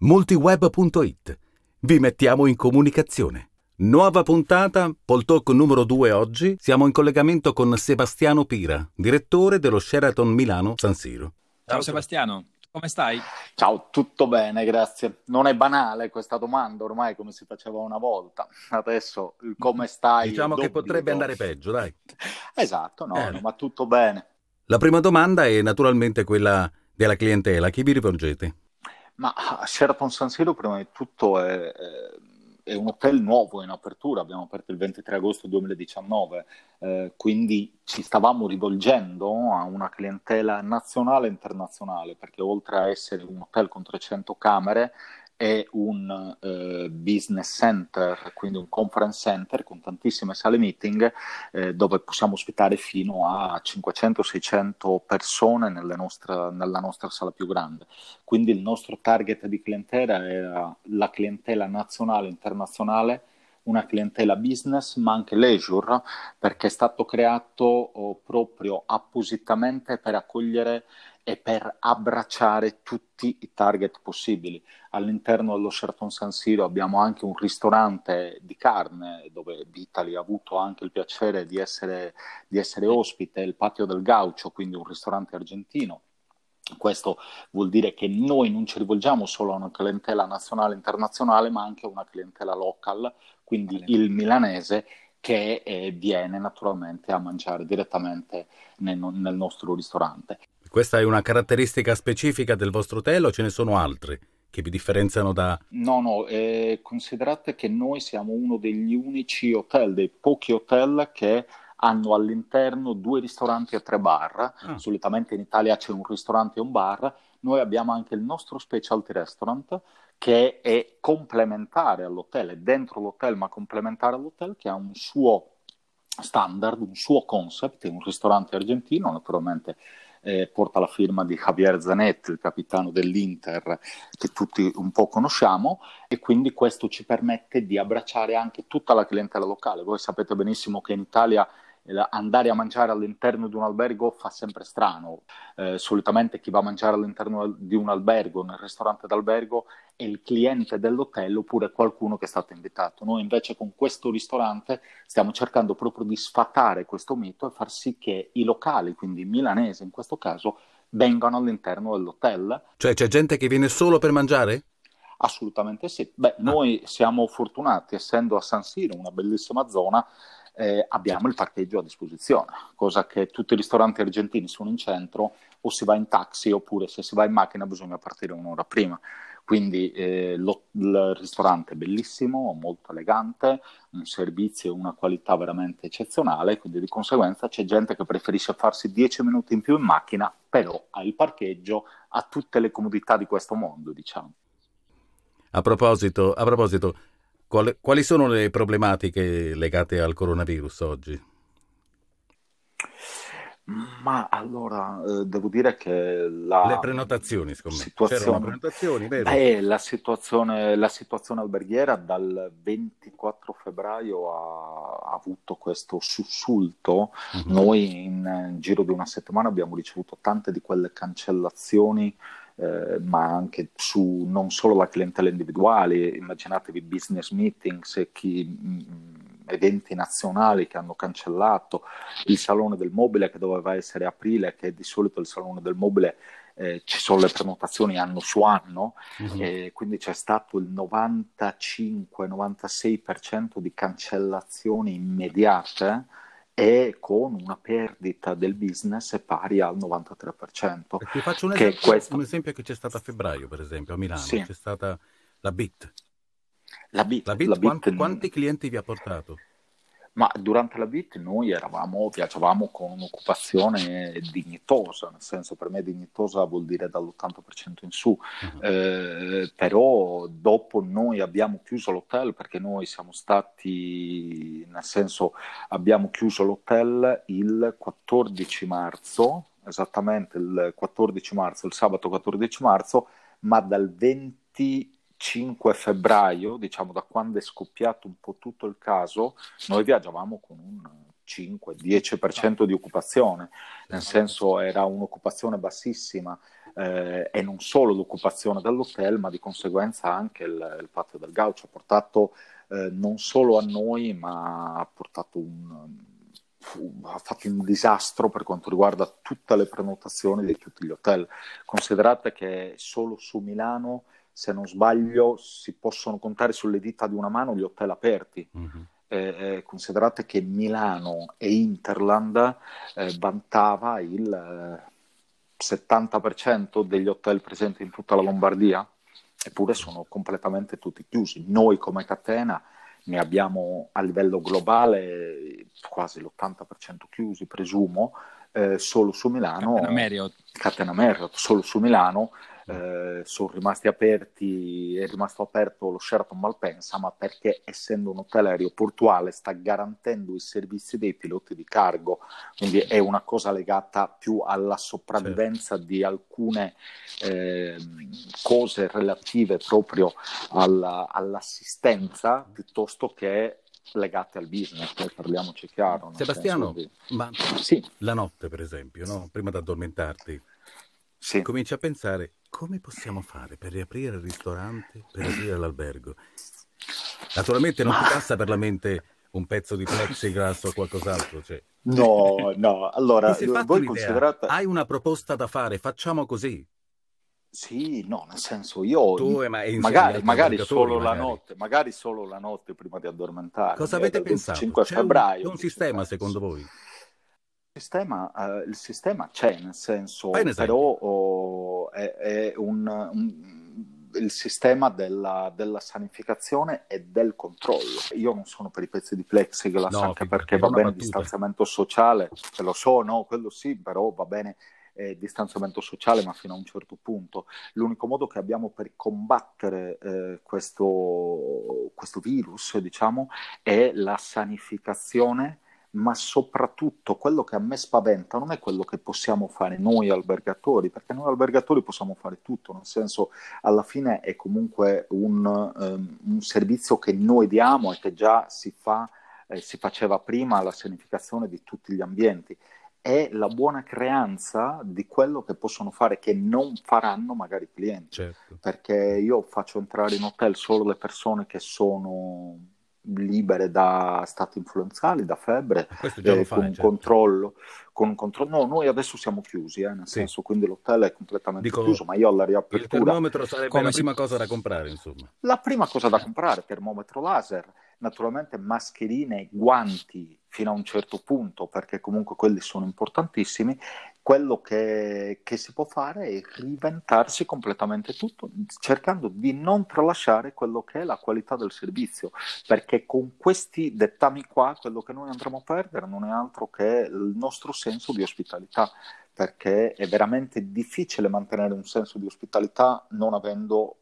Multiweb.it. Vi mettiamo in comunicazione. Nuova puntata, Poltalk numero 2 oggi. Siamo in collegamento con Sebastiano Pira, direttore dello Sheraton Milano San Siro. Ciao Sebastiano, come stai? Ciao, tutto bene, grazie. Non è banale questa domanda, ormai come si faceva una volta. Adesso il come stai Diciamo è che potrebbe d'obbligo. andare peggio, dai. Esatto, no, ma tutto bene. La prima domanda è naturalmente quella della clientela. A chi vi rivolgete? Ma Sheraton San Siro prima di tutto è un hotel nuovo in apertura, abbiamo aperto il 23 agosto 2019, quindi ci stavamo rivolgendo a una clientela nazionale e internazionale, perché oltre a essere un hotel con 300 camere è un business center, quindi un conference center con tantissime sale meeting dove possiamo ospitare fino a 500-600 persone nella nostra sala più grande. Quindi il nostro target di clientela era la clientela nazionale e internazionale, una clientela business ma anche leisure, perché è stato creato proprio appositamente per accogliere e per abbracciare tutti i target possibili. All'interno dello Sheraton San Siro abbiamo anche un ristorante di carne dove Vitali ha avuto anche il piacere di essere ospite, il Patio del Gaucho, quindi un ristorante argentino. Questo vuol dire che noi non ci rivolgiamo solo a una clientela nazionale e internazionale, ma anche a una clientela local, quindi il milanese che viene naturalmente a mangiare direttamente nel nostro ristorante. Questa è una caratteristica specifica del vostro hotel o ce ne sono altre che vi differenziano da... No, considerate che noi siamo uno degli unici hotel, dei pochi hotel che hanno all'interno 2 ristoranti e 3 bar. Solitamente in Italia c'è un ristorante e un bar. Noi abbiamo anche il nostro specialty restaurant che è complementare all'hotel, è dentro l'hotel ma complementare all'hotel, che ha un suo standard, un suo concept, è un ristorante argentino, naturalmente porta la firma di Javier Zanetti, il capitano dell'Inter, che tutti un po' conosciamo, e quindi questo ci permette di abbracciare anche tutta la clientela locale. Voi sapete benissimo che in Italia andare a mangiare all'interno di un albergo fa sempre strano. Solitamente chi va a mangiare all'interno di un albergo, nel ristorante d'albergo, è il cliente dell'hotel oppure qualcuno che è stato invitato. Noi invece con questo ristorante stiamo cercando proprio di sfatare questo mito e far sì che i locali, quindi i milanesi in questo caso, vengano all'interno dell'hotel. Cioè c'è gente che viene solo per mangiare? Assolutamente sì. Noi siamo fortunati, essendo a San Siro, una bellissima zona, abbiamo il parcheggio a disposizione, cosa che tutti i ristoranti argentini sono in centro, o si va in taxi oppure se si va in macchina bisogna partire un'ora prima. Quindi il ristorante è bellissimo, molto elegante, un servizio e una qualità veramente eccezionale, quindi di conseguenza c'è gente che preferisce farsi 10 minuti in più in macchina, però ha il parcheggio, ha tutte le comodità di questo mondo, diciamo. A proposito, quali sono le problematiche legate al coronavirus oggi? Ma allora, devo dire che Le prenotazioni, scommetto. C'erano prenotazioni, vero? La situazione alberghiera dal 24 febbraio ha avuto questo sussulto. Noi in giro di una settimana abbiamo ricevuto tante di quelle cancellazioni, ma anche su non solo la clientela individuale, immaginatevi business meetings, eventi nazionali che hanno cancellato, il Salone del Mobile che doveva essere aprile, che di solito il Salone del Mobile ci sono le prenotazioni anno su anno, quindi c'è stato il 95-96% di cancellazioni immediate e con una perdita del business pari al 93%. Ti faccio un esempio che c'è stato a febbraio, per esempio, a Milano. Sì. C'è stata la BIT. La BIT Quanti clienti vi ha portato? Ma durante la BIT noi viaggiavamo con un'occupazione dignitosa, nel senso, per me dignitosa vuol dire dall'80% in su, però dopo noi abbiamo chiuso l'hotel, perché noi siamo stati, nel senso, abbiamo chiuso l'hotel il 14 marzo, esattamente il 14 marzo, il sabato 14 marzo, ma dal 25 febbraio, diciamo da quando è scoppiato un po' tutto il caso, noi viaggiavamo con un 5-10% di occupazione, nel senso era un'occupazione bassissima. e non solo l'occupazione dell'hotel, ma di conseguenza anche il patio del gaucho ha portato non solo a noi, ma ha portato ha fatto un disastro per quanto riguarda tutte le prenotazioni di tutti gli hotel. Considerate che solo su Milano, se non sbaglio, si possono contare sulle dita di una mano gli hotel aperti. Considerate che Milano e Interland vantava il 70% degli hotel presenti in tutta la Lombardia, eppure sono completamente tutti chiusi. Noi come catena ne abbiamo a livello globale quasi l'80% chiusi, presumo, solo su Milano, Catena Marriott, solo su Milano sono rimasti aperti, è rimasto aperto lo Sheraton Malpensa, ma perché essendo un hotel aeroportuale sta garantendo i servizi dei piloti di cargo, quindi è una cosa legata più alla sopravvivenza di alcune cose relative proprio all'assistenza piuttosto che legate al business, parliamoci chiaro. Sebastiano, ma sì. La notte per esempio, no? Prima di addormentarti, sì. cominci a pensare come possiamo fare per riaprire il ristorante, per aprire l'albergo. Naturalmente non ti passa per la mente un pezzo di plexiglass o qualcos'altro, cioè. No, allora ti sei fatto voi un'idea? considerate... Hai una proposta da fare, facciamo così. Sì, no, nel senso io magari solo la notte, magari solo la notte prima di addormentare. Cosa avete pensato? 25 febbraio. C'è un sistema secondo voi? Il sistema c'è, nel senso, però è il sistema della sanificazione e del controllo. Io non sono per i pezzi di plexiglass, anche perché va bene il distanziamento sociale, lo so, no, quello sì, però va bene distanziamento sociale, ma fino a un certo punto. L'unico modo che abbiamo per combattere questo virus, diciamo, è la sanificazione, ma soprattutto quello che a me spaventa non è quello che possiamo fare noi albergatori, perché noi albergatori possiamo fare tutto, nel senso, alla fine è comunque un servizio che noi diamo e che già si faceva prima, la sanificazione di tutti gli ambienti. È la buona creanza di quello che possono fare, che non faranno magari i clienti. Certo. Perché io faccio entrare in hotel solo le persone che sono libere da stati influenzali, da febbre, con un controllo. No, noi adesso siamo chiusi, nel senso, quindi l'hotel è completamente chiuso, ma io alla riapertura... Il termometro sarebbe la prima cosa da comprare, insomma. La prima cosa da comprare, termometro laser, naturalmente mascherine, guanti fino a un certo punto, perché comunque quelli sono importantissimi. Quello che si può fare è reinventarsi completamente tutto, cercando di non tralasciare quello che è la qualità del servizio, perché con questi dettami qua quello che noi andremo a perdere non è altro che il nostro senso di ospitalità, perché è veramente difficile mantenere un senso di ospitalità non avendo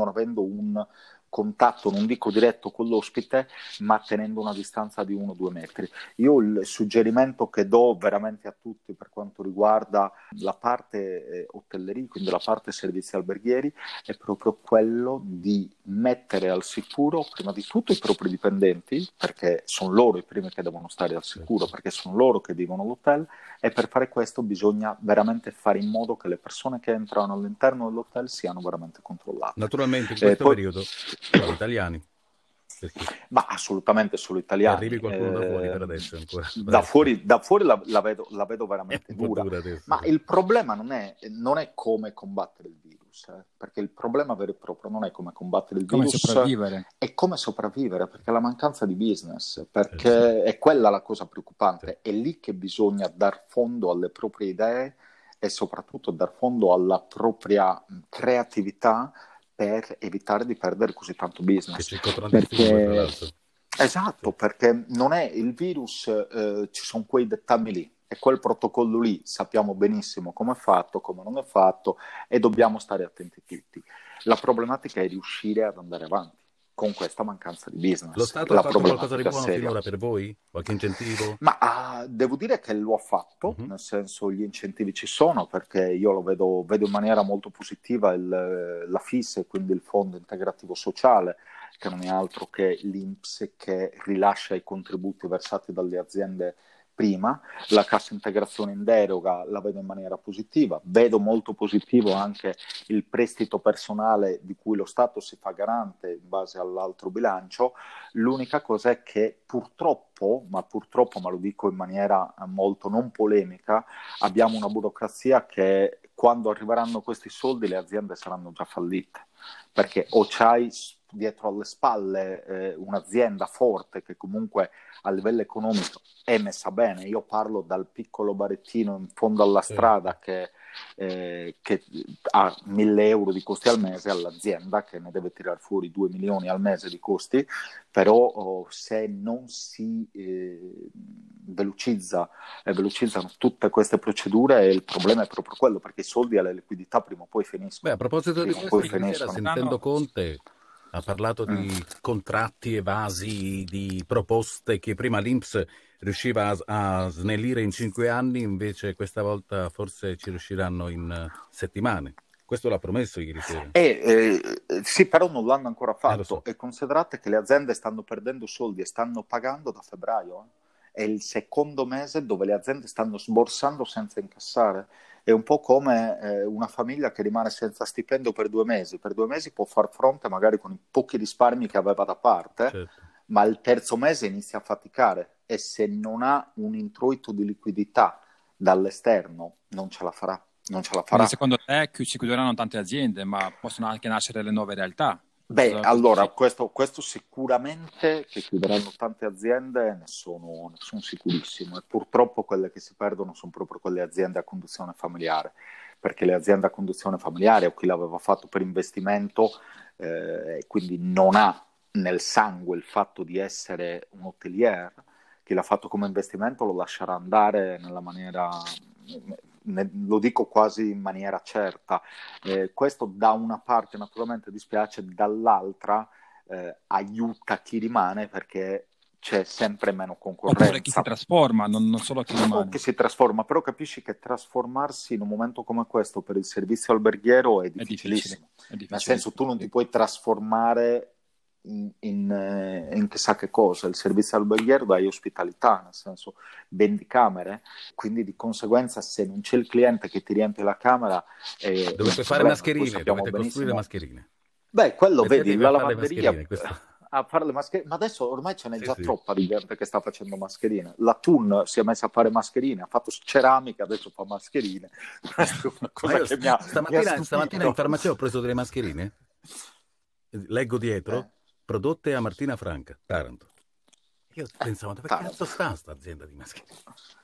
un contatto, non dico diretto con l'ospite, ma tenendo una distanza di 1-2 metri. Io il suggerimento che do veramente a tutti per quanto riguarda la parte hotelleria, quindi la parte servizi alberghieri, è proprio quello di mettere al sicuro prima di tutto i propri dipendenti, perché sono loro i primi che devono stare al sicuro, perché sono loro che vivono l'hotel, e per fare questo bisogna veramente fare in modo che le persone che entrano all'interno dell'hotel siano veramente controllate. Naturalmente in questo periodo sono italiani. Perché? Ma assolutamente solo italiani. Arrivi qualcuno da fuori per adesso ancora. Da fuori la vedo veramente dura. Ma il problema non è come combattere il virus, perché il problema vero e proprio non è come combattere il virus, è come sopravvivere, perché la mancanza di business, perché è quella la cosa preoccupante, è lì che bisogna dar fondo alle proprie idee e soprattutto dar fondo alla propria creatività, per evitare di perdere così tanto business. Esatto, perché non è il virus, ci sono quei dettami lì e quel protocollo lì sappiamo benissimo come è fatto, come non è fatto, e dobbiamo stare attenti tutti. La problematica è riuscire ad andare avanti con questa mancanza di business. Lo Stato ha fatto qualcosa di buono finora per voi? Qualche incentivo? Ma devo dire che lo ha fatto, nel senso gli incentivi ci sono, perché io lo vedo in maniera molto positiva la FIS, quindi il Fondo Integrativo Sociale, che non è altro che l'INPS che rilascia i contributi versati dalle aziende prima, la cassa integrazione in deroga la vedo in maniera positiva, vedo molto positivo anche il prestito personale di cui lo Stato si fa garante in base all'altro bilancio. L'unica cosa è che purtroppo, ma lo dico in maniera molto non polemica, abbiamo una burocrazia che quando arriveranno questi soldi le aziende saranno già fallite, perché o c'hai dietro alle spalle un'azienda forte che comunque a livello economico è messa bene. Io parlo dal piccolo barettino in fondo alla strada che ha 1.000 euro di costi al mese, all'azienda che ne deve tirare fuori 2 milioni al mese di costi, però se non si velocizzano tutte queste procedure, il problema è proprio quello, perché i soldi alla liquidità prima o poi finiscono. A proposito di questo, ieri sera sentendo Conte ha parlato di contratti evasi, di proposte che prima l'INPS riusciva a snellire in 5 anni, invece questa volta forse ci riusciranno in settimane. Questo l'ha promesso ieri sera. Sì, però non l'hanno ancora fatto. So. E considerate che le aziende stanno perdendo soldi e stanno pagando da febbraio. È il secondo mese dove le aziende stanno sborsando senza incassare. È un po' come una famiglia che rimane senza stipendio per 2 mesi. Per 2 mesi può far fronte magari con i pochi risparmi che aveva da parte, certo, ma il terzo mese inizia a faticare e se non ha un introito di liquidità dall'esterno non ce la farà. Quindi secondo te si chiuderanno tante aziende, ma possono anche nascere le nuove realtà? Allora, questo sicuramente che chiuderanno tante aziende ne sono sicurissimo, e purtroppo quelle che si perdono sono proprio quelle aziende a conduzione familiare, perché le aziende a conduzione familiare o chi l'aveva fatto per investimento quindi non ha nel sangue il fatto di essere un hotelier, chi l'ha fatto come investimento lo lascerà andare nella maniera... lo dico quasi in maniera certa. Questo da una parte naturalmente dispiace, dall'altra aiuta chi rimane perché c'è sempre meno concorrenza. Oppure chi si trasforma, non solo chi rimane. Chi si trasforma, però capisci che trasformarsi in un momento come questo per il servizio alberghiero è difficilissimo. Nel senso, tu non ti puoi trasformare in chissà che cosa. Il servizio alberghiero dai ospitalità, nel senso vendi camere, quindi di conseguenza se non c'è il cliente che ti riempie la camera dovete fare mascherine, dovete costruire mascherine. Quello vedi, la lavanderia a fare le mascherine, ma adesso ormai ce n'è già troppa di gente che sta facendo mascherine. La Thun si è messa a fare mascherine, ha fatto ceramica, adesso fa mascherine. Questa è una cosa che stamattina in farmacia ho preso delle mascherine, leggo dietro prodotte a Martina Franca, Taranto. Io pensavo, perché cazzo sta azienda di mascherine?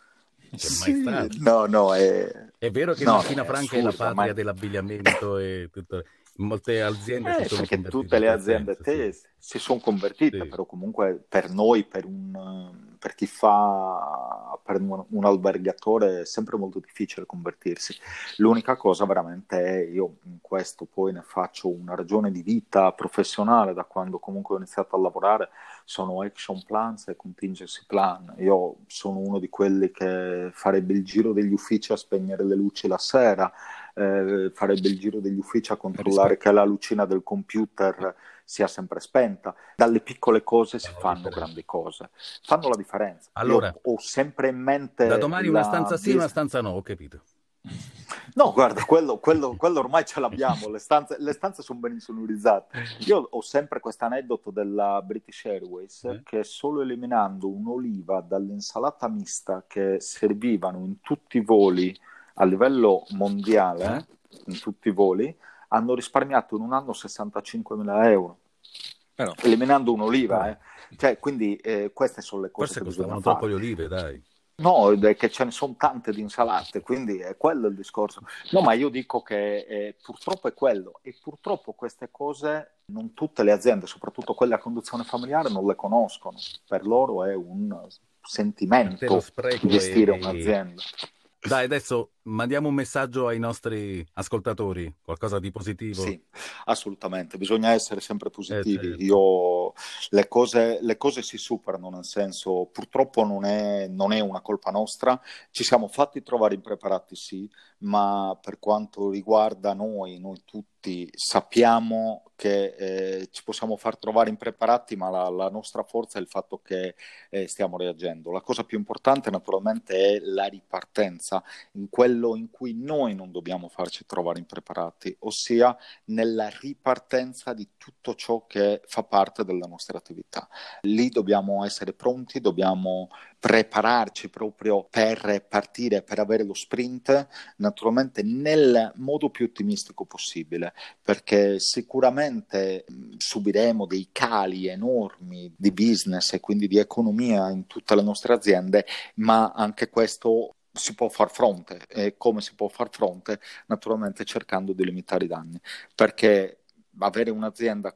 No, è vero che Martina Franca è la patria dell'abbigliamento e tutto. Molte aziende si sono perché tutte le aziende si sono convertite, però comunque per noi, per chi fa, per un albergatore è sempre molto difficile convertirsi. L'unica cosa veramente è, io in questo poi ne faccio una ragione di vita professionale da quando comunque ho iniziato a lavorare, sono action plans e contingency plan. Io sono uno di quelli che farebbe il giro degli uffici a spegnere le luci la sera, farebbe il giro degli uffici a controllare che la lucina del computer sia sempre spenta. Dalle piccole cose si fanno grandi cose, fanno la differenza. Allora, io ho sempre in mente da domani una stanza sì, una stanza no, ho capito. No, guarda, quello ormai ce l'abbiamo, le stanze sono ben insonorizzate. Io ho sempre questo aneddoto della British Airways che solo eliminando un'oliva dall'insalata mista che servivano in tutti i voli a livello mondiale, in tutti i voli, hanno risparmiato in un anno 65.000 euro. Però, eliminando un'oliva. Cioè, quindi queste sono le cose forse che bisogna fare. Forse troppo le olive, dai. No, è che ce ne sono tante di insalate, quindi è quello il discorso. No, ma io dico che purtroppo è quello, e purtroppo queste cose non tutte le aziende, soprattutto quelle a conduzione familiare, non le conoscono. Per loro è un sentimento gestire un'azienda. Dai, adesso mandiamo un messaggio ai nostri ascoltatori, qualcosa di positivo. Sì, assolutamente, bisogna essere sempre positivi. Certo. Le cose si superano, nel senso, purtroppo non è una colpa nostra, ci siamo fatti trovare impreparati, sì, ma per quanto riguarda noi tutti tutti sappiamo che ci possiamo far trovare impreparati, ma la nostra forza è il fatto che stiamo reagendo. La cosa più importante naturalmente è la ripartenza, in quello in cui noi non dobbiamo farci trovare impreparati, ossia nella ripartenza di tutto ciò che fa parte della nostra attività. Lì dobbiamo essere pronti, dobbiamo prepararci proprio per partire, per avere lo sprint, naturalmente nel modo più ottimistico possibile, perché sicuramente subiremo dei cali enormi di business e quindi di economia in tutte le nostre aziende, ma anche questo si può far fronte. E come si può far fronte? Naturalmente cercando di limitare i danni, perché avere un'azienda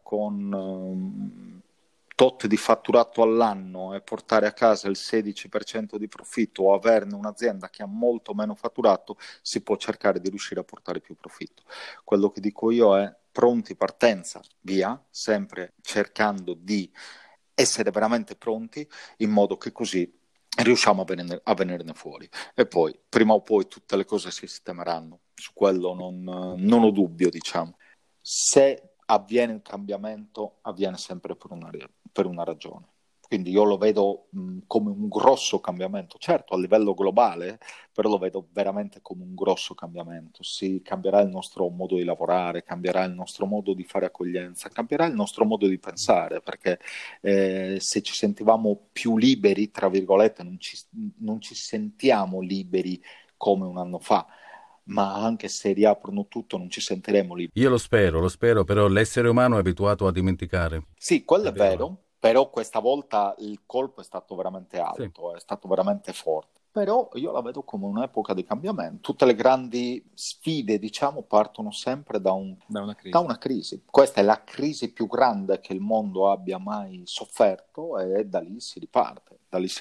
con tot di fatturato all'anno e portare a casa il 16% di profitto, o averne un'azienda che ha molto meno fatturato, si può cercare di riuscire a portare più profitto. Quello che dico io è pronti, partenza, via, sempre cercando di essere veramente pronti, in modo che così riusciamo a venirne fuori. E poi, prima o poi, tutte le cose si sistemeranno. Su quello non ho dubbio, diciamo. Se avviene il cambiamento, avviene sempre per una ragione. Quindi io lo vedo come un grosso cambiamento, certo a livello globale, però lo vedo veramente come un grosso cambiamento. Si cambierà il nostro modo di lavorare, cambierà il nostro modo di fare accoglienza, cambierà il nostro modo di pensare, perché se ci sentivamo più liberi, tra virgolette, non ci sentiamo liberi come un anno fa. Ma anche se riaprono tutto non ci sentiremo liberi. Io lo spero, però l'essere umano è abituato a dimenticare. Sì, quello è vero, però questa volta il colpo è stato veramente alto, sì. È stato veramente forte. Però io la vedo come un'epoca di cambiamento. Tutte le grandi sfide, diciamo, partono sempre da una crisi. Questa è la crisi più grande che il mondo abbia mai sofferto e da lì si riparte.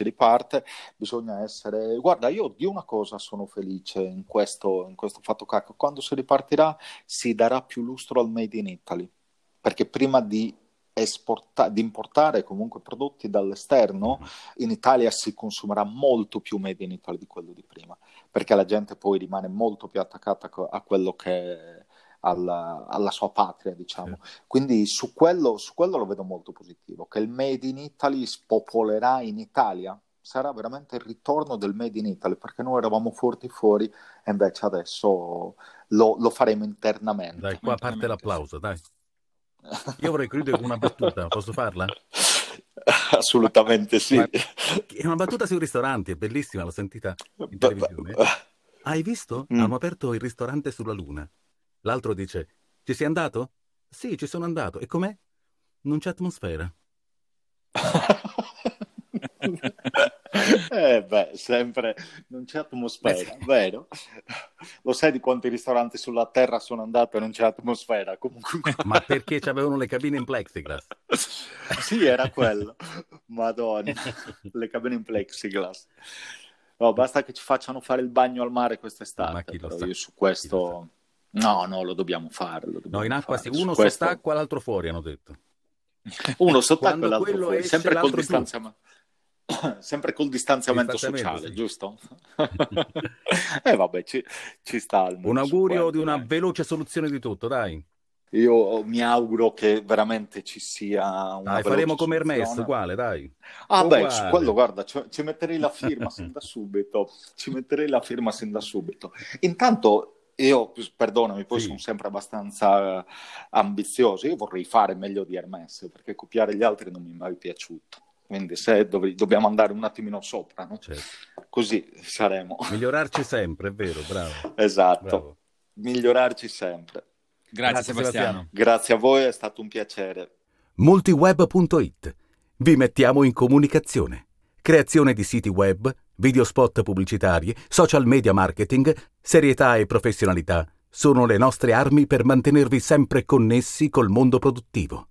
Bisogna essere... Guarda, io di una cosa sono felice in questo fatto che quando si ripartirà si darà più lustro al Made in Italy, perché prima di importare comunque prodotti dall'esterno, in Italia si consumerà molto più Made in Italy di quello di prima, perché la gente poi rimane molto più attaccata a quello che alla sua patria, diciamo. Quindi su quello lo vedo molto positivo, che il Made in Italy spopolerà in Italia, sarà veramente il ritorno del Made in Italy, perché noi eravamo forti fuori e invece adesso lo faremo internamente. Dai, qua parte l'applauso, dai. Io vorrei chiudere con una battuta, posso farla? Assolutamente sì. È una battuta sui ristoranti, è bellissima, l'ho sentita in televisione. Hai visto? Hanno aperto il ristorante sulla Luna. L'altro dice, ci sei andato? Sì, ci sono andato. E com'è? Non c'è atmosfera. Sempre non c'è atmosfera, vero? Lo sai di quanti ristoranti sulla Terra sono andato e non c'è atmosfera? Comunque. Ma perché c'avevano le cabine in plexiglass? Sì, era quello. Madonna, le cabine in plexiglass. No, basta che ci facciano fare il bagno al mare quest'estate. Però io su questo... No, lo dobbiamo fare. No, in acqua uno sott'acqua, l'altro fuori, hanno detto. Uno sott'acqua e l'altro fuori, esce, sempre col distanziamento. Sempre col distanziamento sociale, sì. Giusto? Vabbè, ci sta. Un augurio di una veloce soluzione di tutto, dai. Io mi auguro che veramente ci sia una dai, faremo come Hermes, uguale, dai. Uguale. Su quello, guarda, ci metterei la firma sin da subito. Intanto... Io, perdonami, poi sono sempre abbastanza ambizioso. Io vorrei fare meglio di Hermes, perché copiare gli altri non mi è mai piaciuto. Quindi se dobbiamo andare un attimino sopra, no? Certo. Così saremo. Migliorarci sempre, è vero, bravo. Esatto, bravo. Migliorarci sempre. Grazie Sebastiano. Grazie a voi, è stato un piacere. Multiweb.it. Vi mettiamo in comunicazione. Creazione di siti web, video spot pubblicitari, social media marketing, serietà e professionalità sono le nostre armi per mantenervi sempre connessi col mondo produttivo.